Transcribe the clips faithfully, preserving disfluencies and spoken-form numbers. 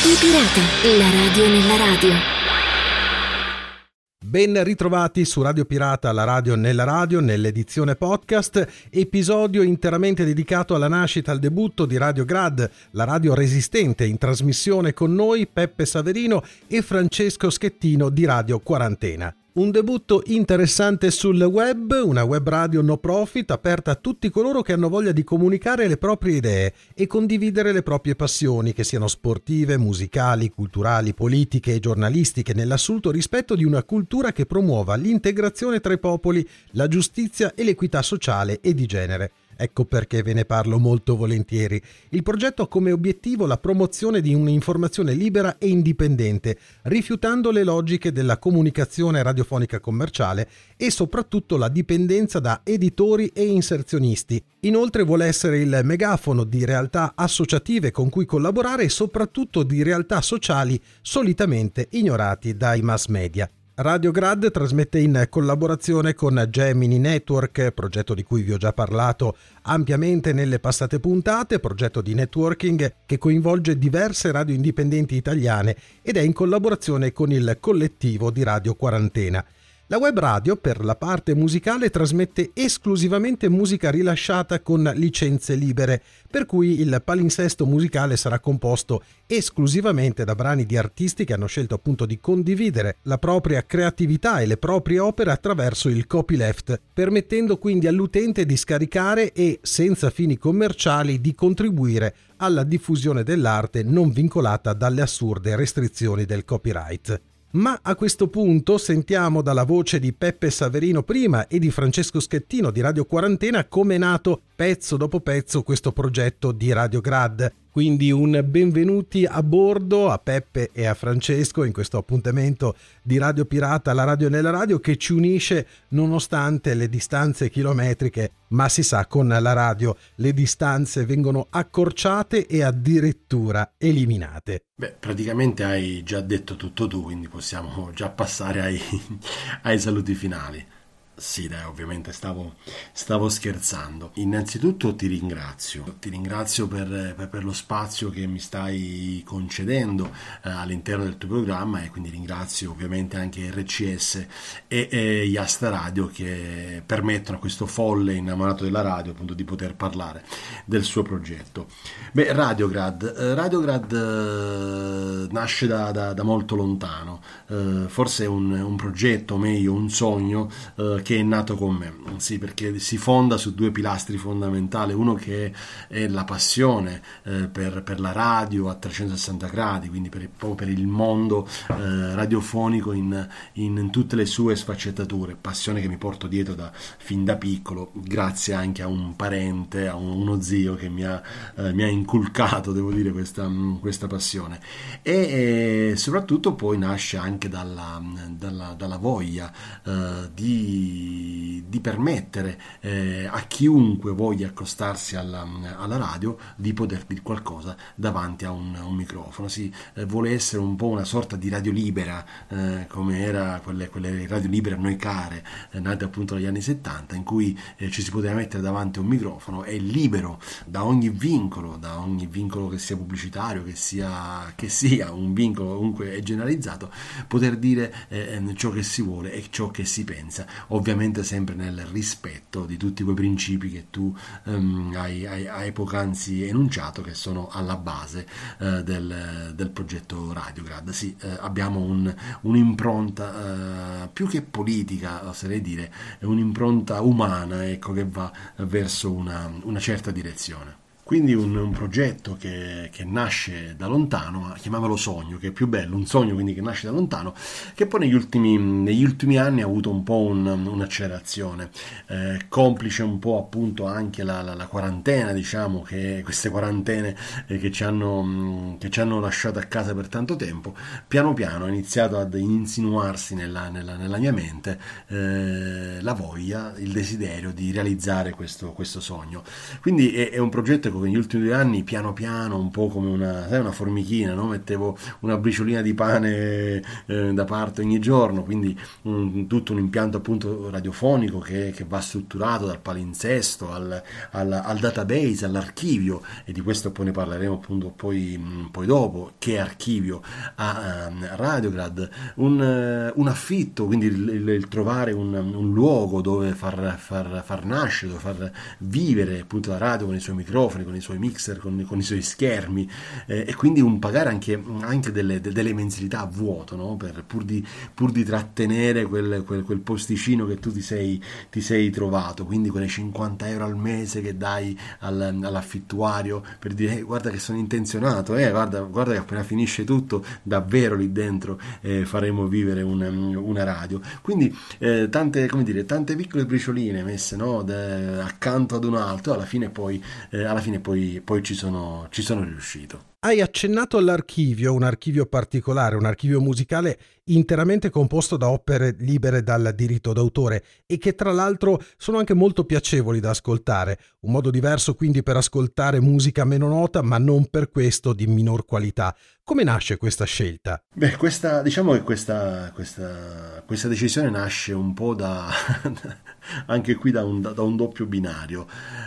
Radio Pirata, la radio nella radio. Ben ritrovati su Radio Pirata, la radio nella radio, nell'edizione podcast, episodio interamente dedicato alla nascita, al debutto di Radio Grad, la radio resistente. In trasmissione con noi Peppe Saverino e Francesco Schettino di Radio Quarantena. Un debutto interessante sul web, una web radio no profit aperta a tutti coloro che hanno voglia di comunicare le proprie idee e condividere le proprie passioni, che siano sportive, musicali, culturali, politiche e giornalistiche, nell'assoluto rispetto di una cultura che promuova l'integrazione tra i popoli, la giustizia e l'equità sociale e di genere. Ecco perché ve ne parlo molto volentieri. Il progetto ha come obiettivo la promozione di un'informazione libera e indipendente, rifiutando le logiche della comunicazione radiofonica commerciale e soprattutto la dipendenza da editori e inserzionisti. Inoltre vuole essere il megafono di realtà associative con cui collaborare e soprattutto di realtà sociali solitamente ignorati dai mass media. Radio Grad trasmette in collaborazione con Gemini Network, progetto di cui vi ho già parlato ampiamente nelle passate puntate, progetto di networking che coinvolge diverse radio indipendenti italiane ed è in collaborazione con il collettivo di Radio Quarantena. La web radio, per la parte musicale, trasmette esclusivamente musica rilasciata con licenze libere, per cui il palinsesto musicale sarà composto esclusivamente da brani di artisti che hanno scelto appunto di condividere la propria creatività e le proprie opere attraverso il copyleft, permettendo quindi all'utente di scaricare e, senza fini commerciali, di contribuire alla diffusione dell'arte non vincolata dalle assurde restrizioni del copyright. Ma a questo punto sentiamo dalla voce di Peppe Saverino prima e di Francesco Schettino di Radio Quarantena come è nato pezzo dopo pezzo questo progetto di Radio Grad. Quindi un benvenuti a bordo a Peppe e a Francesco in questo appuntamento di Radio Pirata, la radio nella radio, che ci unisce nonostante le distanze chilometriche, ma si sa, con la radio le distanze vengono accorciate e addirittura eliminate. Beh, praticamente hai già detto tutto tu, quindi possiamo già passare ai, ai saluti finali. Sì, dai, ovviamente stavo, stavo scherzando. Innanzitutto ti ringrazio, ti ringrazio per, per, per lo spazio che mi stai concedendo eh, all'interno del tuo programma, e quindi ringrazio ovviamente anche R C S e, e Yasta Radio che permettono a questo folle innamorato della radio appunto di poter parlare del suo progetto. Beh, Radiograd, eh, Radiograd eh, nasce da, da, da molto lontano, eh, forse è un, un progetto, o meglio un sogno eh, che è nato con me, sì, perché si fonda su due pilastri fondamentali, uno che è la passione eh, per, per la radio a trecentosessanta gradi, quindi per, proprio per il mondo eh, radiofonico in, in tutte le sue sfaccettature, passione che mi porto dietro da, fin da piccolo, grazie anche a un parente, a un, uno zio che mi ha, eh, mi ha inculcato, devo dire, questa, questa passione, e, e soprattutto poi nasce anche dalla, dalla, dalla voglia eh, di di permettere eh, a chiunque voglia accostarsi alla, alla radio di poter dire qualcosa davanti a un, a un microfono. Si eh, vuole essere un po' una sorta di radio libera, eh, come era quelle, quelle radio libere a noi care, eh, nate appunto negli anni settanta, in cui eh, ci si poteva mettere davanti a un microfono e libero da ogni vincolo, da ogni vincolo che sia pubblicitario, che sia, che sia un vincolo comunque generalizzato, poter dire eh, ciò che si vuole e ciò che si pensa, ovviamente sempre nel rispetto di tutti quei principi che tu um, hai, hai, hai poc'anzi enunciato, che sono alla base uh, del, del progetto Radiograd. Sì, uh, abbiamo un, un'impronta uh, più che politica, oserei dire, un'impronta umana, ecco, che va verso una, una certa direzione. Quindi un, un progetto che, che nasce da lontano, chiamavalo sogno, che è più bello, un sogno quindi che nasce da lontano, che poi negli ultimi, negli ultimi anni ha avuto un po' un, un'accelerazione, eh, complice un po' appunto anche la, la, la quarantena, diciamo, che queste quarantene eh, che, ci hanno, che ci hanno lasciato a casa per tanto tempo, piano piano ha iniziato ad insinuarsi nella, nella, nella mia mente eh, la voglia, il desiderio di realizzare questo, questo sogno. Quindi è, è un progetto che negli ultimi due anni piano piano, un po' come una, sai, una formichina, no? Mettevo una briciolina di pane eh, da parte ogni giorno, quindi un, tutto un impianto appunto radiofonico che, che va strutturato dal palinsesto al, al, al database, all'archivio, e di questo poi ne parleremo appunto poi, poi dopo, che archivio a, a Radiograd, un, un affitto, quindi il, il, il trovare un, un luogo dove far, far, far nascere, dove far vivere appunto la radio con i suoi microfoni, con i suoi mixer, con, con i suoi schermi, eh, e quindi un pagare anche, anche delle, delle mensilità a vuoto, no? Per, pur, di, pur di trattenere quel, quel, quel posticino che tu ti sei, ti sei trovato, quindi quelle cinquanta euro al mese che dai al, all'affittuario per dire hey, guarda che sono intenzionato, eh, guarda, guarda che appena finisce tutto davvero lì dentro eh, faremo vivere una, una radio. Quindi eh, tante, come dire, tante piccole bricioline messe, no? De, accanto ad un altro, alla fine poi, eh, alla fine poi, poi ci sono, ci sono riuscito. Hai accennato all'archivio, un archivio particolare, un archivio musicale interamente composto da opere libere dal diritto d'autore e che tra l'altro sono anche molto piacevoli da ascoltare, un modo diverso quindi per ascoltare musica meno nota ma non per questo di minor qualità. Come nasce questa scelta? Beh, questa, diciamo che questa, questa, questa decisione nasce un po' da anche qui da un, da un doppio binario.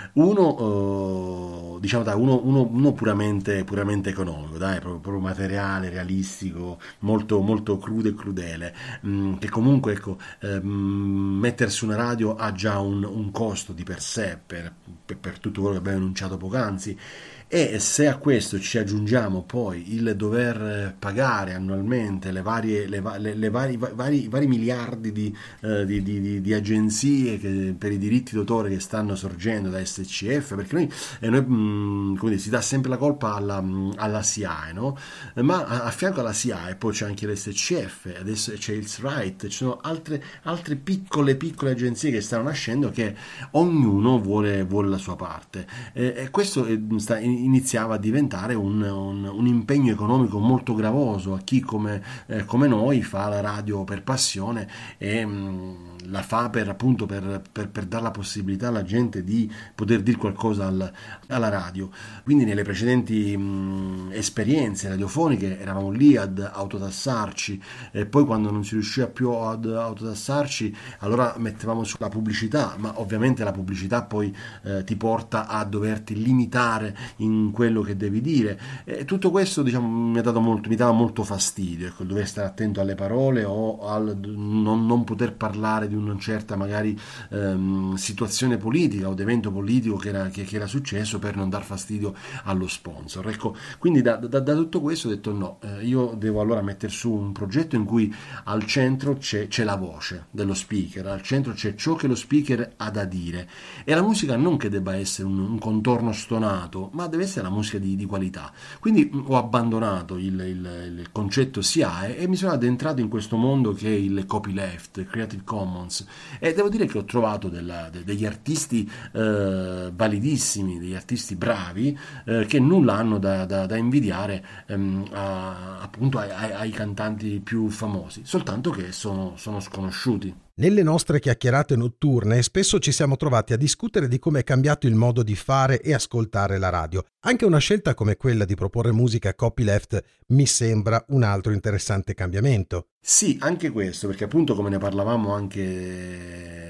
Uno, eh, diciamo da uno, uno, uno puramente, puramente economico, dai, proprio, proprio materiale, realistico, molto, molto crudo e crudele, mh, che comunque ecco, eh, mettersi una radio ha già un, un costo di per sé, per, per, per tutto quello che abbiamo enunciato poc'anzi. E se a questo ci aggiungiamo poi il dover pagare annualmente le varie, le, le, le vari, vari, vari miliardi di, eh, di, di, di agenzie che, per i diritti d'autore che stanno sorgendo da S C F, perché noi, eh, noi mh, come dire, si dà sempre la colpa alla, alla S I A E, no? Ma a, a fianco alla S I A E poi c'è anche l'S C F, adesso c'è il Right, ci sono altre, altre piccole piccole agenzie che stanno nascendo, che ognuno vuole, vuole la sua parte, e, e questo sta in iniziava a diventare un, un, un impegno economico molto gravoso a chi come, eh, come noi fa la radio per passione e mh, la fa per appunto per, per, per dare la possibilità alla gente di poter dire qualcosa al, alla radio. Quindi nelle precedenti mh, esperienze radiofoniche eravamo lì ad autotassarci, e poi quando non si riusciva più ad autotassarci allora mettevamo sulla pubblicità, ma ovviamente la pubblicità poi eh, ti porta a doverti limitare in quello che devi dire, e tutto questo diciamo mi ha dato molto, mi dava molto fastidio, ecco, dover stare attento alle parole o al non, non poter parlare di una certa magari ehm, situazione politica o di evento politico che era, che, che era successo, per non dar fastidio allo sponsor, ecco. Quindi da, da, da tutto questo ho detto no, eh, io devo allora mettere su un progetto in cui al centro c'è, c'è la voce dello speaker, al centro c'è ciò che lo speaker ha da dire, e la musica non che debba essere un, un contorno stonato, ma deve essere la musica di, di qualità. Quindi ho abbandonato il, il, il concetto S I A E e mi sono addentrato in questo mondo che è il copyleft, Creative Commons, e devo dire che ho trovato della, de, degli artisti eh, validissimi, degli artisti bravi, eh, che nulla hanno da, da, da invidiare ehm, a, appunto ai, ai cantanti più famosi, soltanto che sono, sono sconosciuti. Nelle nostre chiacchierate notturne spesso ci siamo trovati a discutere di come è cambiato il modo di fare e ascoltare la radio. Anche una scelta come quella di proporre musica copyleft mi sembra un altro interessante cambiamento. Sì, anche questo, perché appunto come ne parlavamo anche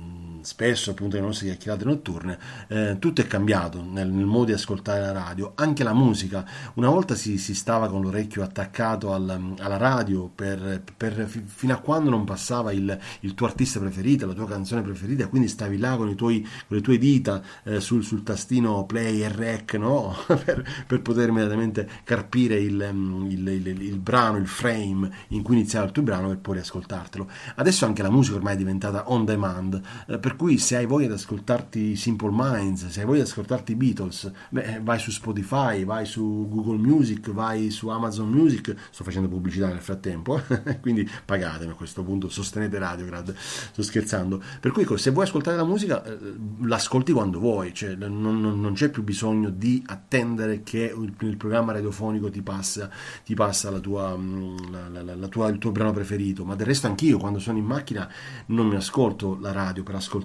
spesso appunto nelle nostre chiacchierate notturne, eh, tutto è cambiato nel, nel modo di ascoltare la radio, anche la musica. Una volta si, si stava con l'orecchio attaccato al, alla radio per, per, fino a quando non passava il, il tuo artista preferito, la tua canzone preferita, quindi stavi là con, i tuoi, con le tue dita eh, sul, sul tastino play e rec, no? per, per poter immediatamente carpire il, il, il, il, il brano, il frame in cui iniziava il tuo brano e poi riascoltartelo. Adesso anche la musica ormai è diventata on demand, eh, per cui se hai voglia di ascoltarti Simple Minds, se hai voglia di ascoltarti Beatles, beh, vai su Spotify, vai su Google Music, vai su Amazon Music. Sto facendo pubblicità nel frattempo, quindi pagatemi a questo punto, sostenete Radiograd, sto scherzando. Per cui se vuoi ascoltare la musica, eh, l'ascolti quando vuoi, cioè non, non, non c'è più bisogno di attendere che il, il programma radiofonico ti passa, ti passa la tua, la, la, la tua, il tuo brano preferito. Ma del resto anch'io quando sono in macchina non mi ascolto la radio per ascoltare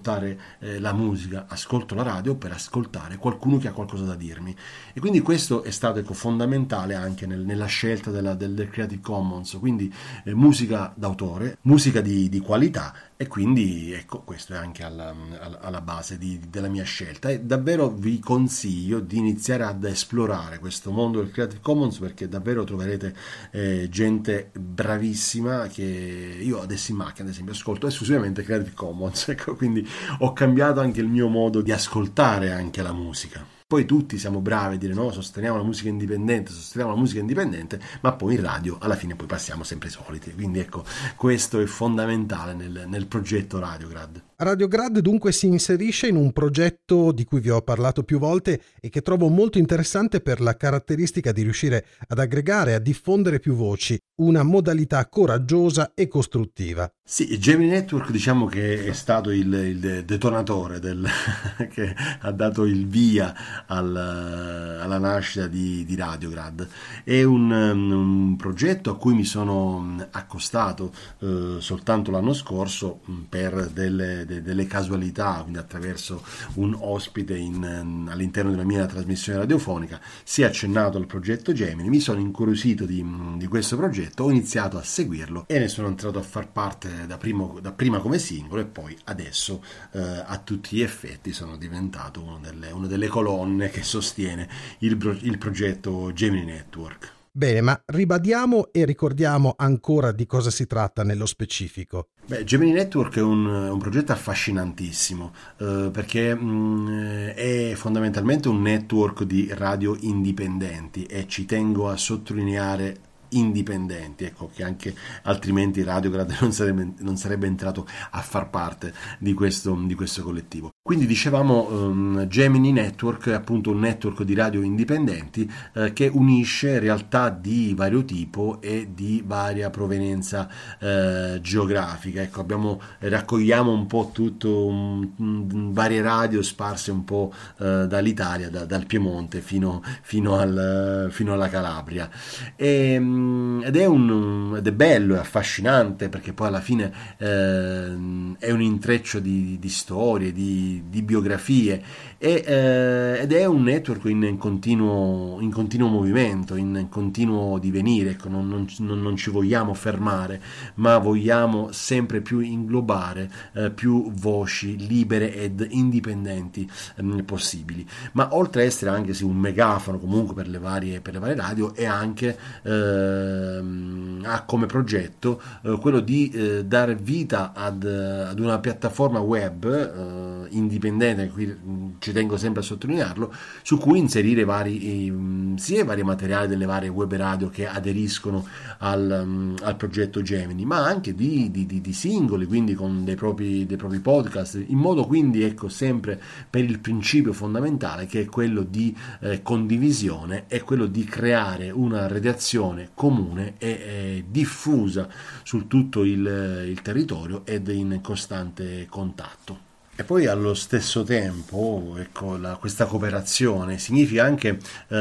ascoltare eh, la musica, ascolto la radio per ascoltare qualcuno che ha qualcosa da dirmi. E quindi questo è stato ecco, fondamentale anche nel, nella scelta della, del, del Creative Commons, quindi eh, musica d'autore, musica di, di qualità, e quindi ecco questo è anche alla, alla base di, della mia scelta. E davvero vi consiglio di iniziare ad esplorare questo mondo del Creative Commons, perché davvero troverete eh, gente bravissima che io adesso in macchina ad esempio ascolto esclusivamente Creative Commons, ecco, quindi ho cambiato anche il mio modo di ascoltare anche la musica. Poi tutti siamo bravi a dire no, sosteniamo la musica indipendente, sosteniamo la musica indipendente, ma poi in radio alla fine poi passiamo sempre i soliti. Quindi ecco, questo è fondamentale nel, nel progetto Radiograd. Radiograd dunque si inserisce in un progetto di cui vi ho parlato più volte e che trovo molto interessante per la caratteristica di riuscire ad aggregare, a diffondere più voci, una modalità coraggiosa e costruttiva. Sì, Gemini Network diciamo che è stato il, il detonatore del, che ha dato il via al, alla nascita di, di Radiograd. È un, un progetto a cui mi sono accostato eh, soltanto l'anno scorso per delle, de, delle casualità, quindi attraverso un ospite in, all'interno della mia trasmissione radiofonica. Si è accennato al progetto Gemini, mi sono incuriosito di, di questo progetto, ho iniziato a seguirlo e ne sono entrato a far parte da, primo, da prima come singolo, e poi adesso eh, a tutti gli effetti sono diventato una delle, una delle colonne che sostiene il, il progetto Gemini Network. Bene, ma ribadiamo e ricordiamo ancora di cosa si tratta nello specifico. Beh, Gemini Network è un, un progetto affascinantissimo eh, perché mh, è fondamentalmente un network di radio indipendenti, e ci tengo a sottolineare indipendenti, ecco, che anche altrimenti Radiograd non sarebbe, non sarebbe entrato a far parte di questo, di questo collettivo. Quindi dicevamo um, Gemini Network è appunto un network di radio indipendenti eh, che unisce realtà di vario tipo e di varia provenienza eh, geografica. Ecco, abbiamo, raccogliamo un po' tutto, um, um, varie radio sparse un po' eh, dall'Italia, da, dal Piemonte fino, fino, al, fino alla Calabria. E, um, ed, è un, ed è bello, è affascinante, perché poi alla fine eh, è un intreccio di, di storie, di di biografie, e, eh, ed è un network in, in, continuo, in continuo movimento, in continuo divenire. Ecco, non, non, non ci vogliamo fermare, ma vogliamo sempre più inglobare eh, più voci libere ed indipendenti eh, possibili. Ma oltre a essere anche sì, un megafono comunque per le varie, per le varie radio, è anche eh, ha come progetto eh, quello di eh, dare vita ad, ad una piattaforma web eh, indipendente, qui ci tengo sempre a sottolinearlo, su cui inserire vari, sia i vari materiali delle varie web radio che aderiscono al, al progetto Gemini, ma anche di, di, di, di singoli, quindi con dei propri, dei propri podcast, in modo quindi ecco sempre per il principio fondamentale che è quello di eh, condivisione, è quello di creare una redazione comune e eh, diffusa su tutto il, il territorio ed in costante contatto. E poi allo stesso tempo, ecco, la, questa cooperazione significa anche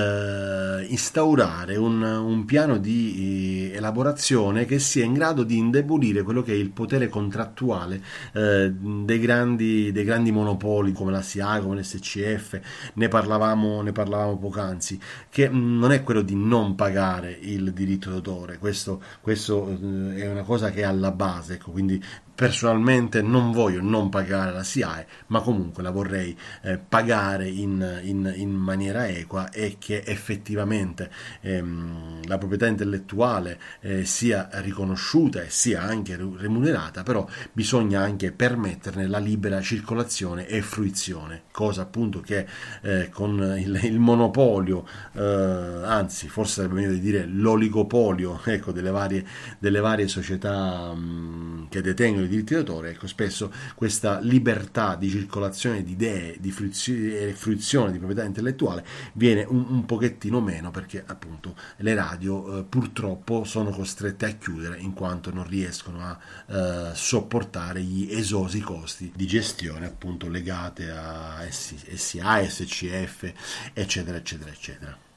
eh, instaurare un, un piano di eh, elaborazione che sia in grado di indebolire quello che è il potere contrattuale eh, dei, grandi, dei grandi monopoli come la S I A E, come l'S C F, ne parlavamo, ne parlavamo poc'anzi, che mh, non è quello di non pagare il diritto d'autore, questo, questo eh, è una cosa che è alla base, ecco, quindi personalmente non voglio non pagare la S I A E, ma comunque la vorrei eh, pagare in, in, in maniera equa, e che effettivamente ehm, la proprietà intellettuale eh, sia riconosciuta e sia anche remunerata, però bisogna anche permetterne la libera circolazione e fruizione, cosa appunto che eh, con il, il monopolio, eh, anzi forse sarebbe meglio di dire l'oligopolio, ecco, delle varie, delle varie società mh, che detengono i diritti d'autore, ecco, spesso questa libertà di circolazione di idee, di fruizione e fruizione di proprietà intellettuale viene un, un pochettino meno, perché appunto le radio eh, purtroppo sono costrette a chiudere in quanto non riescono a eh, sopportare gli esosi costi di gestione appunto legate a S I A E, S C F, eccetera eccetera eccetera.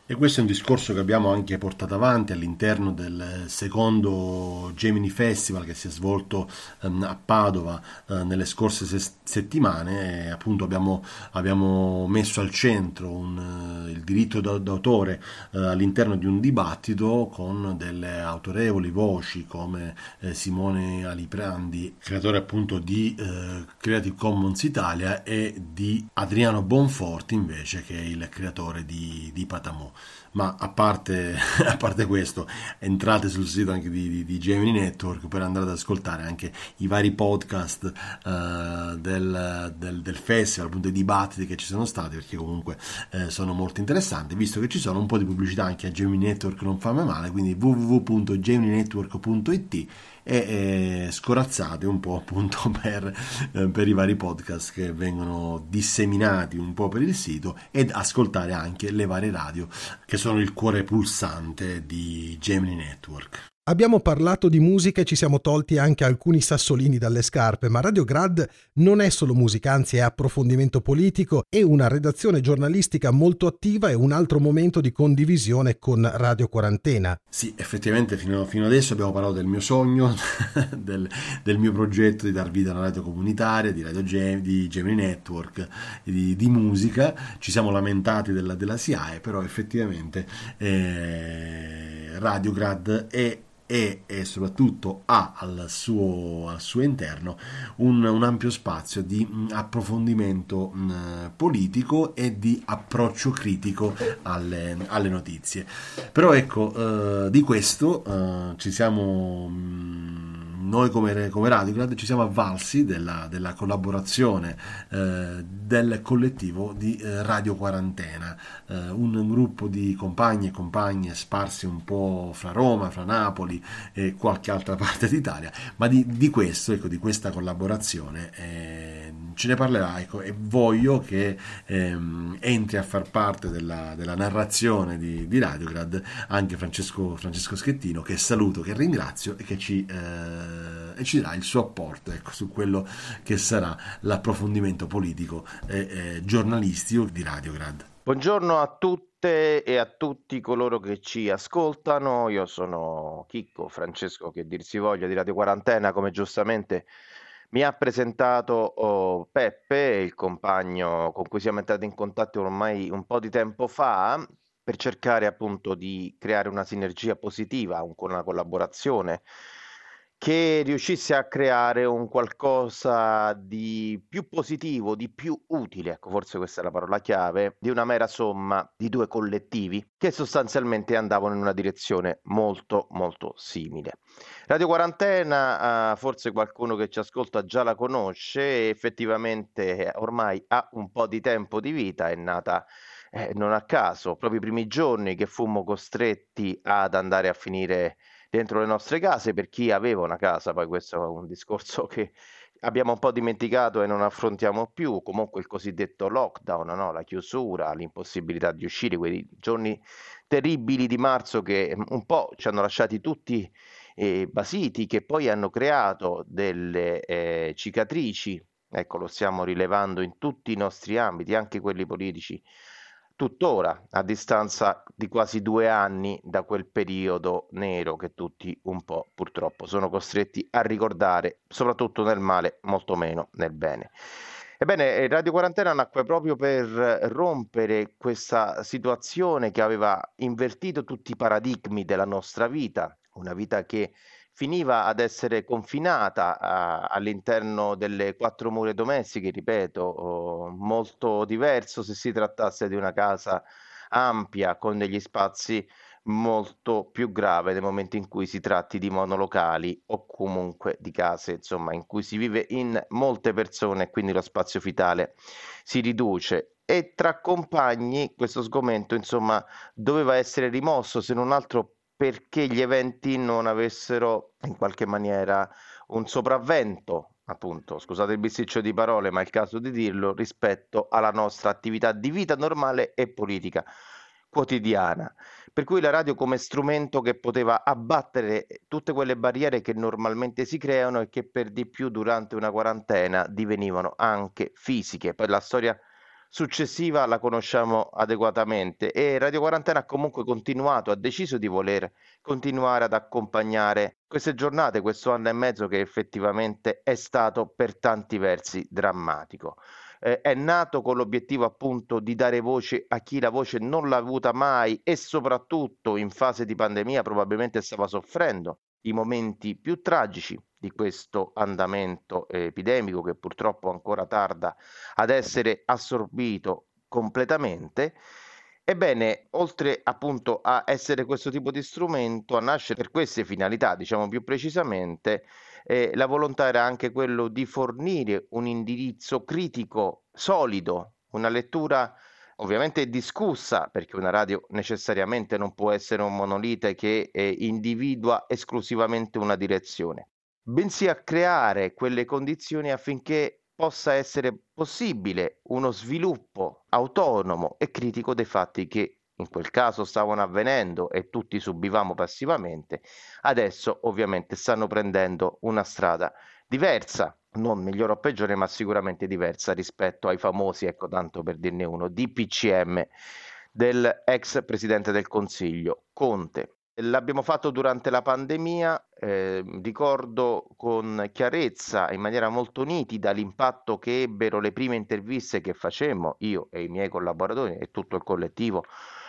E questo è un discorso che abbiamo anche portato avanti all'interno del secondo Gemini Festival che si è svolto ehm, a Padova eh, nelle scorse ses- settimane. E appunto abbiamo, abbiamo messo al centro un, eh, il diritto d'a- d'autore eh, all'interno di un dibattito con delle autorevoli voci come eh, Simone Aliprandi, creatore appunto di eh, Creative Commons Italia, e di Adriano Bonforti invece, che è il creatore di, di Patamo. Ma a parte, a parte questo, entrate sul sito anche di, di, di Gemini Network per andare ad ascoltare anche i vari podcast eh, del, del, del festival, appunto i dibattiti che ci sono stati, perché comunque eh, sono molto interessanti, visto che ci sono un po' di pubblicità anche a Gemini Network, non fa mai male, quindi w w w punto gemini network punto i t e eh, scorazzate un po' appunto per, eh, per i vari podcast che vengono disseminati un po' per il sito, ed ascoltare anche le varie radio che sono il cuore pulsante di Gemini Network. Abbiamo parlato di musica e ci siamo tolti anche alcuni sassolini dalle scarpe, ma Radio Grad non è solo musica, anzi è approfondimento politico e una redazione giornalistica molto attiva e un altro momento di condivisione con Radio Quarantena. Sì, effettivamente fino, fino adesso abbiamo parlato del mio sogno, del, del mio progetto di dar vita a una radio comunitaria, di, radio Gem, di Gemini Network, di, di musica. Ci siamo lamentati della, della S I A E, però effettivamente eh, Radio Grad è e, e soprattutto ha al suo, al suo interno un, un ampio spazio di mh, approfondimento mh, politico e di approccio critico alle, alle notizie. Però ecco, eh, di questo eh, ci siamo mh, noi come, come Radiograd ci siamo avvalsi della, della collaborazione eh, del collettivo di eh, Radio Quarantena, eh, un gruppo di compagni e compagne sparsi un po' fra Roma, fra Napoli e qualche altra parte d'Italia, ma di, di questo, ecco, di questa collaborazione eh, ce ne parlerà, ecco, e voglio che ehm, entri a far parte della, della narrazione di, di Radiograd anche Francesco, Francesco Schettino, che saluto, che ringrazio e che ci, eh, e ci darà il suo apporto, ecco, su quello che sarà l'approfondimento politico e eh, giornalistico di Radiograd. Buongiorno a tutte e a tutti coloro che ci ascoltano. Io sono Chicco Francesco, che dir si voglia, di Radio Quarantena, come giustamente mi ha presentato oh, Peppe, il compagno con cui siamo entrati in contatto ormai un po' di tempo fa, per cercare appunto di creare una sinergia positiva, un- una collaborazione che riuscisse a creare un qualcosa di più positivo, di più utile, ecco, forse questa è la parola chiave, di una mera somma di due collettivi che sostanzialmente andavano in una direzione molto molto simile. Radio Quarantena, eh, forse qualcuno che ci ascolta già la conosce, e effettivamente ormai ha un po' di tempo di vita, è nata eh, non a caso, proprio i primi giorni che fummo costretti ad andare a finire dentro le nostre case. Per chi aveva una casa, poi questo è un discorso che abbiamo un po' dimenticato e non affrontiamo più, comunque il cosiddetto lockdown, no? La chiusura, l'impossibilità di uscire, quei giorni terribili di marzo che un po' ci hanno lasciati tutti eh, basiti, che poi hanno creato delle eh, cicatrici, ecco, lo stiamo rilevando in tutti i nostri ambiti, anche quelli politici, tuttora, a distanza di quasi due anni da quel periodo nero che tutti un po' purtroppo sono costretti a ricordare, soprattutto nel male, molto meno nel bene. Ebbene, Radio Quarantena nacque proprio per rompere questa situazione che aveva invertito tutti i paradigmi della nostra vita, una vita che finiva ad essere confinata a- all'interno delle quattro mura domestiche, ripeto, oh, molto diverso se si trattasse di una casa ampia con degli spazi, molto più grave nel momento in cui si tratti di monolocali o comunque di case, insomma, in cui si vive in molte persone e quindi lo spazio vitale si riduce. E tra compagni questo sgomento, insomma, doveva essere rimosso, se non altro perché gli eventi non avessero in qualche maniera un sopravvento, appunto, scusate il bisticcio di parole, ma è il caso di dirlo, rispetto alla nostra attività di vita normale e politica quotidiana. Per cui la radio come strumento che poteva abbattere tutte quelle barriere che normalmente si creano e che per di più durante una quarantena divenivano anche fisiche. Poi la storia successiva la conosciamo adeguatamente e Radio Quarantena ha comunque continuato, ha deciso di voler continuare ad accompagnare queste giornate, questo anno e mezzo che effettivamente è stato per tanti versi drammatico. Eh, è nato con l'obiettivo appunto di dare voce a chi la voce non l'ha avuta mai e soprattutto in fase di pandemia probabilmente stava soffrendo i momenti più tragici di questo andamento epidemico che purtroppo ancora tarda ad essere assorbito completamente. Ebbene, oltre appunto a essere questo tipo di strumento, a nascere per queste finalità, diciamo più precisamente, eh, la volontà era anche quello di fornire un indirizzo critico, solido, una lettura ovviamente discussa, perché una radio necessariamente non può essere un monolite che eh, individua esclusivamente una direzione, bensì a creare quelle condizioni affinché possa essere possibile uno sviluppo autonomo e critico dei fatti che in quel caso stavano avvenendo e tutti subivamo passivamente, adesso ovviamente stanno prendendo una strada diversa, non migliore o peggiore, ma sicuramente diversa rispetto ai famosi, ecco tanto per dirne uno, D P C M del ex Presidente del Consiglio, Conte. L'abbiamo fatto durante la pandemia, eh, ricordo con chiarezza, in maniera molto nitida, l'impatto che ebbero le prime interviste che facemmo, io e i miei collaboratori e tutto il collettivo,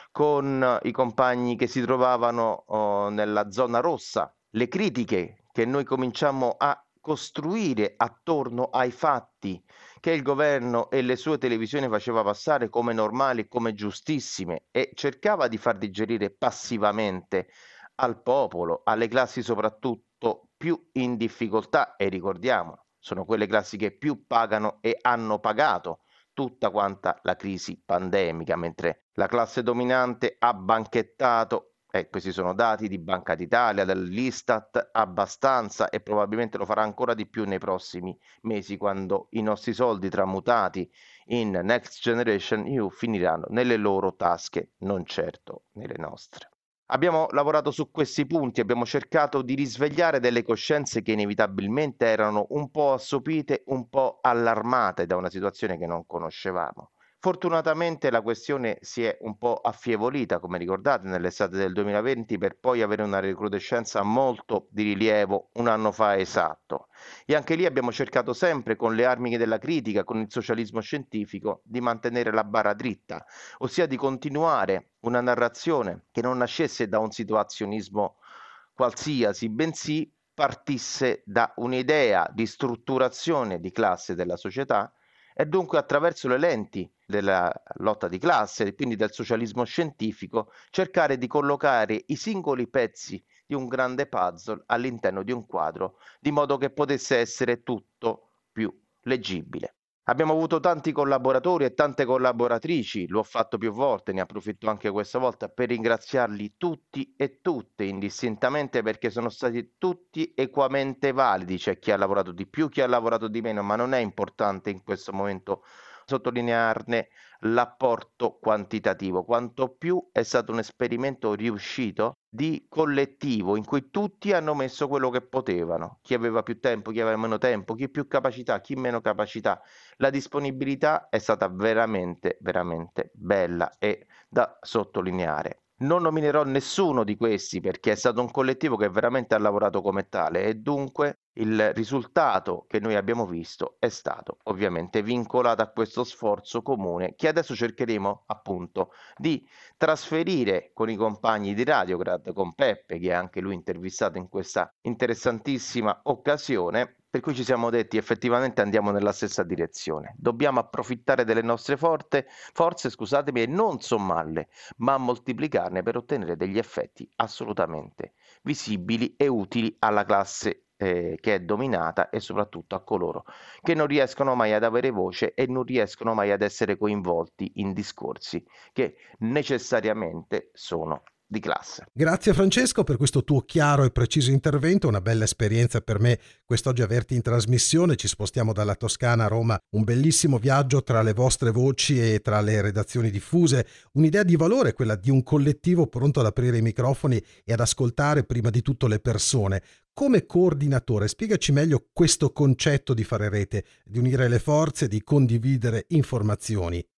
con i compagni che si trovavano oh, nella zona rossa, le critiche che noi cominciamo a costruire attorno ai fatti che il governo e le sue televisioni faceva passare come normali, come giustissime e cercava di far digerire passivamente al popolo, alle classi soprattutto più in difficoltà e ricordiamo, sono quelle classi che più pagano e hanno pagato tutta quanta la crisi pandemica, mentre la classe dominante ha banchettato. Eh, questi sono dati di Banca d'Italia, dell'Istat, abbastanza e probabilmente lo farà ancora di più nei prossimi mesi quando i nostri soldi tramutati in Next Generation E U finiranno nelle loro tasche, non certo nelle nostre. Abbiamo lavorato su questi punti, abbiamo cercato di risvegliare delle coscienze che inevitabilmente erano un po' assopite, un po' allarmate da una situazione che non conoscevamo. Fortunatamente la questione si è un po' affievolita, come ricordate, nell'estate del duemilaventi per poi avere una recrudescenza molto di rilievo un anno fa esatto. E anche lì abbiamo cercato sempre con le armi della critica, con il socialismo scientifico, di mantenere la barra dritta, ossia di continuare una narrazione che non nascesse da un situazionismo qualsiasi, bensì partisse da un'idea di strutturazione di classe della società e dunque attraverso le lenti della lotta di classe, quindi del socialismo scientifico, cercare di collocare i singoli pezzi di un grande puzzle all'interno di un quadro, di modo che potesse essere tutto più leggibile. Abbiamo avuto tanti collaboratori e tante collaboratrici, lo ho fatto più volte, ne approfitto anche questa volta per ringraziarli tutti e tutte indistintamente perché sono stati tutti equamente validi, c'è chi ha lavorato di più, chi ha lavorato di meno, ma non è importante in questo momento sottolinearne l'apporto quantitativo, quanto più è stato un esperimento riuscito di collettivo in cui tutti hanno messo quello che potevano, chi aveva più tempo, chi aveva meno tempo, chi più capacità, chi meno capacità. La disponibilità è stata veramente, veramente bella e da sottolineare. Non nominerò nessuno di questi perché è stato un collettivo che veramente ha lavorato come tale e dunque il risultato che noi abbiamo visto è stato ovviamente vincolato a questo sforzo comune che adesso cercheremo appunto di trasferire con i compagni di Radiograd, con Peppe che è anche lui intervistato in questa interessantissima occasione, per cui ci siamo detti effettivamente andiamo nella stessa direzione. Dobbiamo approfittare delle nostre forze, forze scusatemi, e non sommarle, ma moltiplicarne per ottenere degli effetti assolutamente visibili e utili alla classe eh, che è dominata e soprattutto a coloro che non riescono mai ad avere voce e non riescono mai ad essere coinvolti in discorsi che necessariamente sono di classe. Grazie Francesco per questo tuo chiaro e preciso intervento, una bella esperienza per me quest'oggi averti in trasmissione. Ci spostiamo dalla Toscana a Roma, un bellissimo viaggio tra le vostre voci e tra le redazioni diffuse, un'idea di valore, quella di un collettivo pronto ad aprire i microfoni e ad ascoltare prima di tutto le persone. Come coordinatore, spiegaci meglio questo concetto di fare rete, di unire le forze, di condividere informazioni.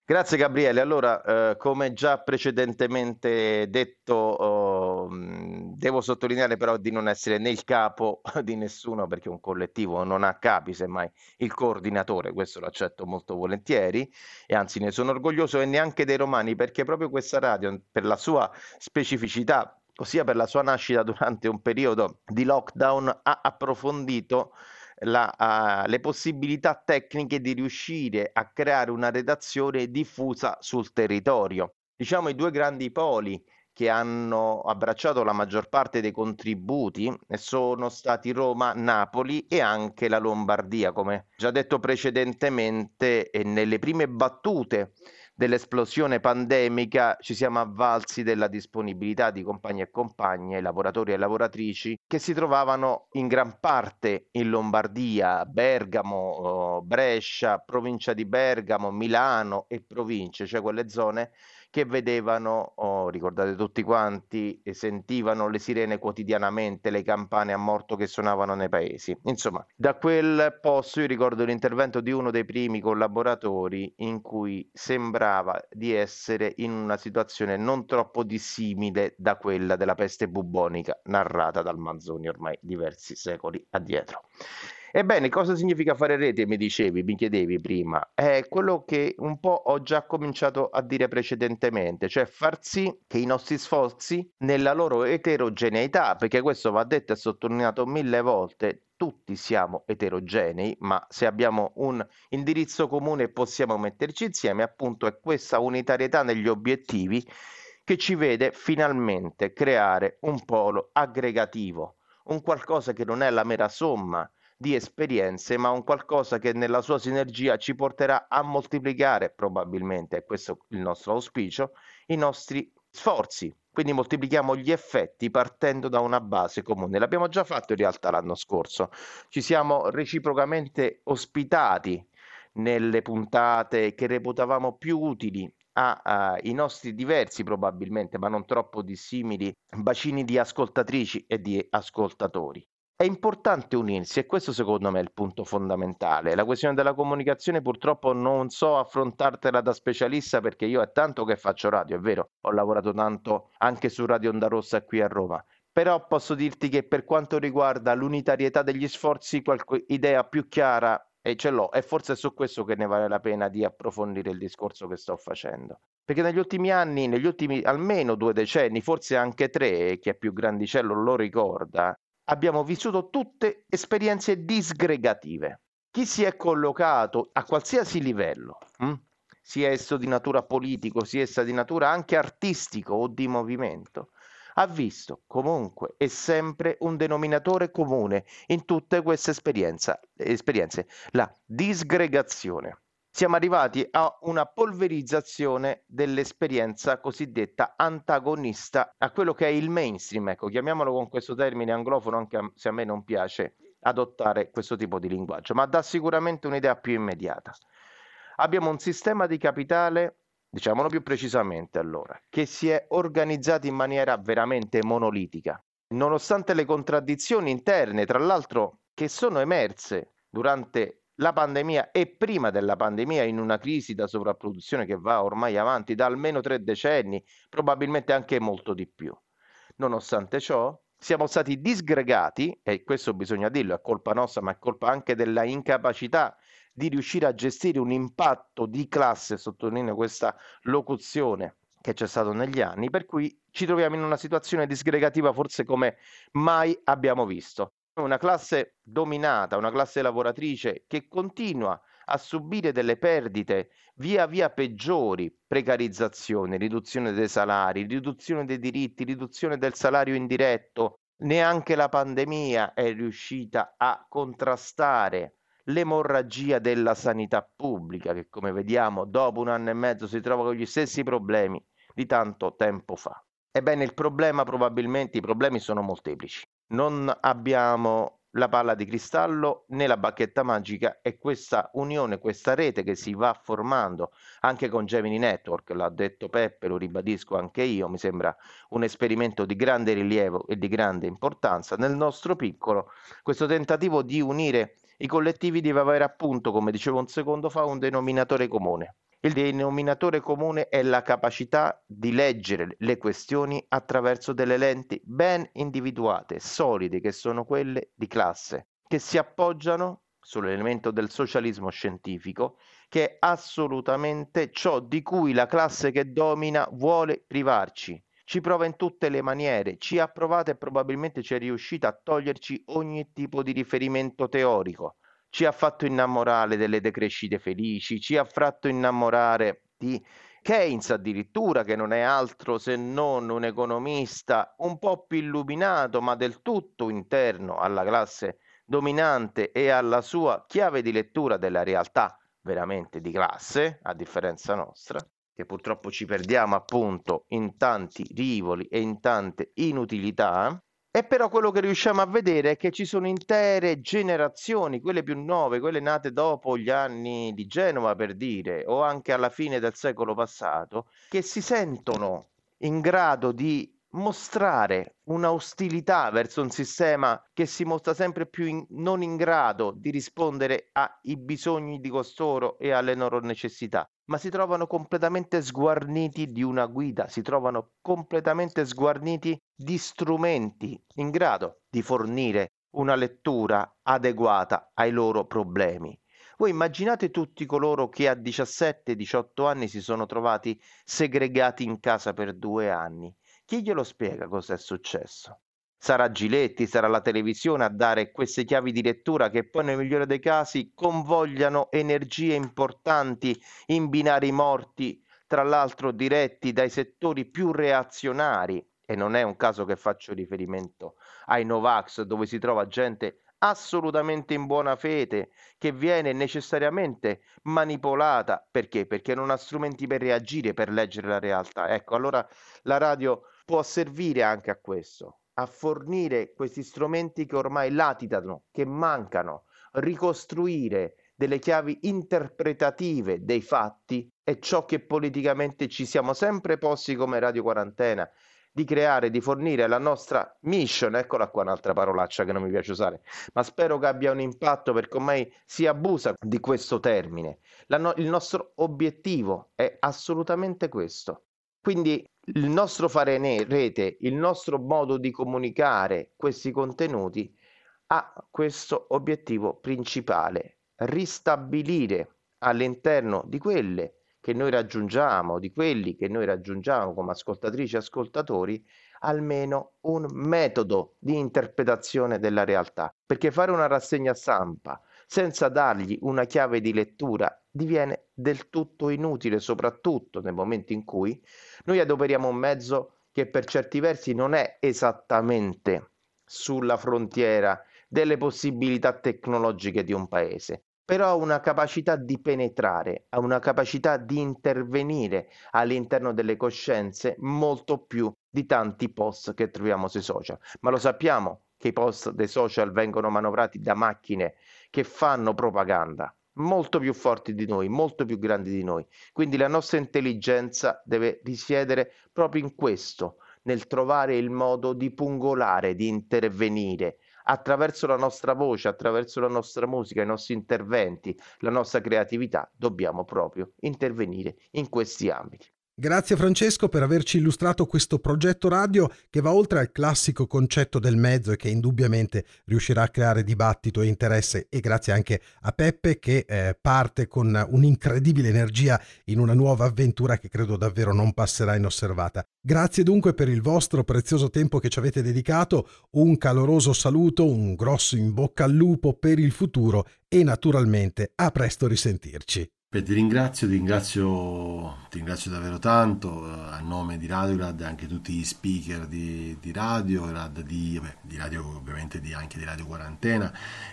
Grazie Gabriele. Allora, eh, come già precedentemente detto, oh, mh, devo sottolineare però di non essere né il capo di nessuno, perché un collettivo non ha capi, semmai il coordinatore, questo lo accetto molto volentieri e anzi ne sono orgoglioso, e neanche dei romani, perché proprio questa radio, per la sua specificità, ossia per la sua nascita durante un periodo di lockdown, ha approfondito la, uh, le possibilità tecniche di riuscire a creare una redazione diffusa sul territorio. Diciamo i due grandi poli che hanno abbracciato la maggior parte dei contributi sono stati Roma, Napoli e anche la Lombardia, come già detto precedentemente, e nelle prime battute dell'esplosione pandemica ci siamo avvalsi della disponibilità di compagni e compagne, lavoratori e lavoratrici che si trovavano in gran parte in Lombardia, Bergamo, Brescia, provincia di Bergamo, Milano e province, cioè quelle zone che vedevano, oh, ricordate tutti quanti, e sentivano le sirene quotidianamente, le campane a morto che suonavano nei paesi. Insomma, da quel posto io ricordo l'intervento di uno dei primi collaboratori in cui sembrava di essere in una situazione non troppo dissimile da quella della peste bubbonica narrata dal Manzoni ormai diversi secoli addietro. Ebbene, cosa significa fare rete, mi dicevi, mi chiedevi prima? È quello che un po' ho già cominciato a dire precedentemente, cioè far sì che i nostri sforzi, nella loro eterogeneità, perché questo va detto e sottolineato mille volte, tutti siamo eterogenei, ma se abbiamo un indirizzo comune possiamo metterci insieme, appunto è questa unitarietà negli obiettivi che ci vede finalmente creare un polo aggregativo, un qualcosa che non è la mera somma di esperienze, ma un qualcosa che nella sua sinergia ci porterà a moltiplicare probabilmente, e questo è il nostro auspicio, i nostri sforzi. Quindi moltiplichiamo gli effetti partendo da una base comune. L'abbiamo già fatto in realtà l'anno scorso. Ci siamo reciprocamente ospitati nelle puntate che reputavamo più utili ai nostri diversi, probabilmente, ma non troppo dissimili, bacini di ascoltatrici e di ascoltatori. È importante unirsi e questo secondo me è il punto fondamentale. La questione della comunicazione purtroppo non so affrontartela da specialista, perché io è tanto che faccio radio, è vero, ho lavorato tanto anche su Radio Onda Rossa qui a Roma, però posso dirti che per quanto riguarda l'unitarietà degli sforzi qualche idea più chiara e ce l'ho, e forse è su questo che ne vale la pena di approfondire il discorso che sto facendo. Perché negli ultimi anni, negli ultimi almeno due decenni, forse anche tre, chi è più grandicello lo ricorda, abbiamo vissuto tutte esperienze disgregative. Chi si è collocato a qualsiasi livello, hm? sia esso di natura politico, sia essa di natura anche artistico o di movimento, ha visto comunque e sempre un denominatore comune in tutte queste esperienze, esperienze, la disgregazione. Siamo arrivati a una polverizzazione dell'esperienza cosiddetta antagonista a quello che è il mainstream, ecco, chiamiamolo con questo termine anglofono, anche se a me non piace adottare questo tipo di linguaggio, ma dà sicuramente un'idea più immediata. Abbiamo un sistema di capitale, diciamolo più precisamente allora, che si è organizzato in maniera veramente monolitica, nonostante le contraddizioni interne, tra l'altro, che sono emerse durante la pandemia e prima della pandemia, in una crisi da sovrapproduzione che va ormai avanti da almeno tre decenni, probabilmente anche molto di più. Nonostante ciò, siamo stati disgregati, e questo bisogna dirlo, è colpa nostra, ma è colpa anche della incapacità di riuscire a gestire un impatto di classe, sottolineo questa locuzione, che c'è stato negli anni, per cui ci troviamo in una situazione disgregativa forse come mai abbiamo visto. Una classe dominata, una classe lavoratrice che continua a subire delle perdite via via peggiori, precarizzazione, riduzione dei salari, riduzione dei diritti, riduzione del salario indiretto. Neanche la pandemia è riuscita a contrastare l'emorragia della sanità pubblica, che come vediamo dopo un anno e mezzo si trova con gli stessi problemi di tanto tempo fa. Ebbene, il problema probabilmente, i problemi sono molteplici. Non abbiamo la palla di cristallo né la bacchetta magica, e questa unione, questa rete che si va formando anche con Gemini Network, l'ha detto Peppe, lo ribadisco anche io, mi sembra un esperimento di grande rilievo e di grande importanza. Nel nostro piccolo, questo tentativo di unire i collettivi deve avere, appunto, come dicevo un secondo fa, un denominatore comune. Il denominatore comune è la capacità di leggere le questioni attraverso delle lenti ben individuate, solide, che sono quelle di classe, che si appoggiano sull'elemento del socialismo scientifico, che è assolutamente ciò di cui la classe che domina vuole privarci. Ci prova in tutte le maniere, ci ha provato e probabilmente ci è riuscita a toglierci ogni tipo di riferimento teorico. Ci ha fatto innamorare delle decrescite felici, ci ha fatto innamorare di Keynes addirittura, che non è altro se non un economista un po' più illuminato, ma del tutto interno alla classe dominante e alla sua chiave di lettura della realtà veramente di classe, a differenza nostra, che purtroppo ci perdiamo appunto in tanti rivoli e in tante inutilità. E però quello che riusciamo a vedere è che ci sono intere generazioni, quelle più nuove, quelle nate dopo gli anni di Genova per dire, o anche alla fine del secolo passato, che si sentono in grado di mostrare una ostilità verso un sistema che si mostra sempre più in, non in grado di rispondere ai bisogni di costoro e alle loro necessità, ma si trovano completamente sguarniti di una guida, si trovano completamente sguarniti di strumenti in grado di fornire una lettura adeguata ai loro problemi. Voi immaginate tutti coloro che a diciassette diciotto anni si sono trovati segregati in casa per due anni. Chi glielo spiega cosa è successo? Sarà Giletti, sarà la televisione a dare queste chiavi di lettura che poi nel migliore dei casi convogliano energie importanti in binari morti, tra l'altro diretti dai settori più reazionari, e non è un caso che faccio riferimento ai Novax, dove si trova gente assolutamente in buona fede, che viene necessariamente manipolata. Perché? Perché non ha strumenti per reagire, per leggere la realtà. Ecco, allora la radio può servire anche a questo, a fornire questi strumenti che ormai latitano, che mancano, ricostruire delle chiavi interpretative dei fatti è ciò che politicamente ci siamo sempre posti come Radio Quarantena, di creare, di fornire la nostra mission, eccola qua un'altra parolaccia che non mi piace usare, ma spero che abbia un impatto perché ormai si abusa di questo termine. La no- il nostro obiettivo è assolutamente questo. Quindi il nostro fare ne- rete, il nostro modo di comunicare questi contenuti ha questo obiettivo principale: ristabilire all'interno di quelle che noi raggiungiamo, di quelli che noi raggiungiamo come ascoltatrici e ascoltatori, almeno un metodo di interpretazione della realtà. Perché fare una rassegna stampa senza dargli una chiave di lettura diviene del tutto inutile, soprattutto nel momento in cui noi adoperiamo un mezzo che per certi versi non è esattamente sulla frontiera delle possibilità tecnologiche di un paese, però ha una capacità di penetrare, ha una capacità di intervenire all'interno delle coscienze molto più di tanti post che troviamo sui social. Ma lo sappiamo che i post dei social vengono manovrati da macchine che fanno propaganda molto più forti di noi, molto più grandi di noi. Quindi la nostra intelligenza deve risiedere proprio in questo, nel trovare il modo di pungolare, di intervenire attraverso la nostra voce, attraverso la nostra musica, i nostri interventi, la nostra creatività. Dobbiamo proprio intervenire in questi ambiti. Grazie Francesco per averci illustrato questo progetto radio che va oltre al classico concetto del mezzo e che indubbiamente riuscirà a creare dibattito e interesse, e grazie anche a Peppe che eh, parte con un'incredibile energia in una nuova avventura che credo davvero non passerà inosservata. Grazie dunque per il vostro prezioso tempo che ci avete dedicato, un caloroso saluto, un grosso in bocca al lupo per il futuro e naturalmente a presto risentirci. Beh, ti ringrazio, ti ringrazio, ti ringrazio davvero tanto eh, a nome di Radiograd e anche tutti gli speaker di, di Radiograd, di, beh, di Radio, ovviamente di, anche di Radio Quarantena,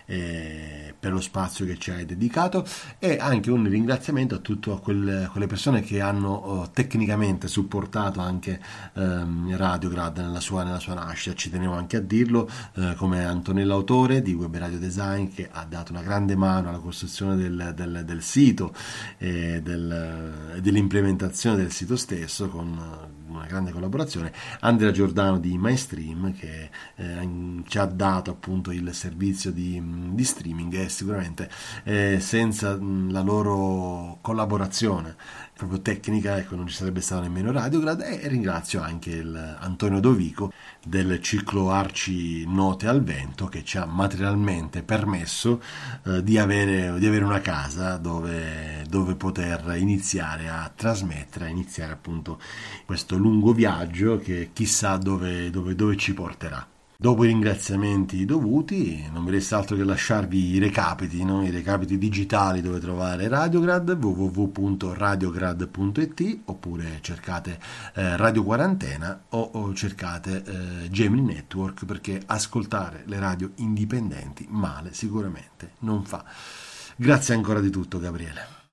eh, per lo spazio che ci hai dedicato, e anche un ringraziamento a tutte quelle, quelle persone che hanno oh, tecnicamente supportato anche ehm, Radiograd nella sua, nella sua nascita. Ci tenevo anche a dirlo, eh, come Antonella Autore di Web Radio Design, che ha dato una grande mano alla costruzione del, del, del sito e del, dell'implementazione del sito stesso, con collaborazione, grande collaborazione. Andrea Giordano di MyStream, che eh, ci ha dato appunto il servizio di, di streaming, e sicuramente eh, senza mh, la loro collaborazione proprio tecnica, ecco, non ci sarebbe stato nemmeno Radiograd. E ringrazio anche il Antonio Dovico del ciclo Arci Note al Vento, che ci ha materialmente permesso eh, di, avere, di avere una casa dove, dove poter iniziare a trasmettere, a iniziare appunto questo lungo viaggio che chissà dove, dove, dove ci porterà. Dopo i ringraziamenti dovuti, non mi resta altro che lasciarvi i recapiti, no? I recapiti digitali dove trovare Radiograd, w w w punto radiograd punto i t, oppure cercate eh, Radio Quarantena o, o cercate eh, Gemini Network, perché ascoltare le radio indipendenti male sicuramente non fa. Grazie ancora di tutto, Gabriele.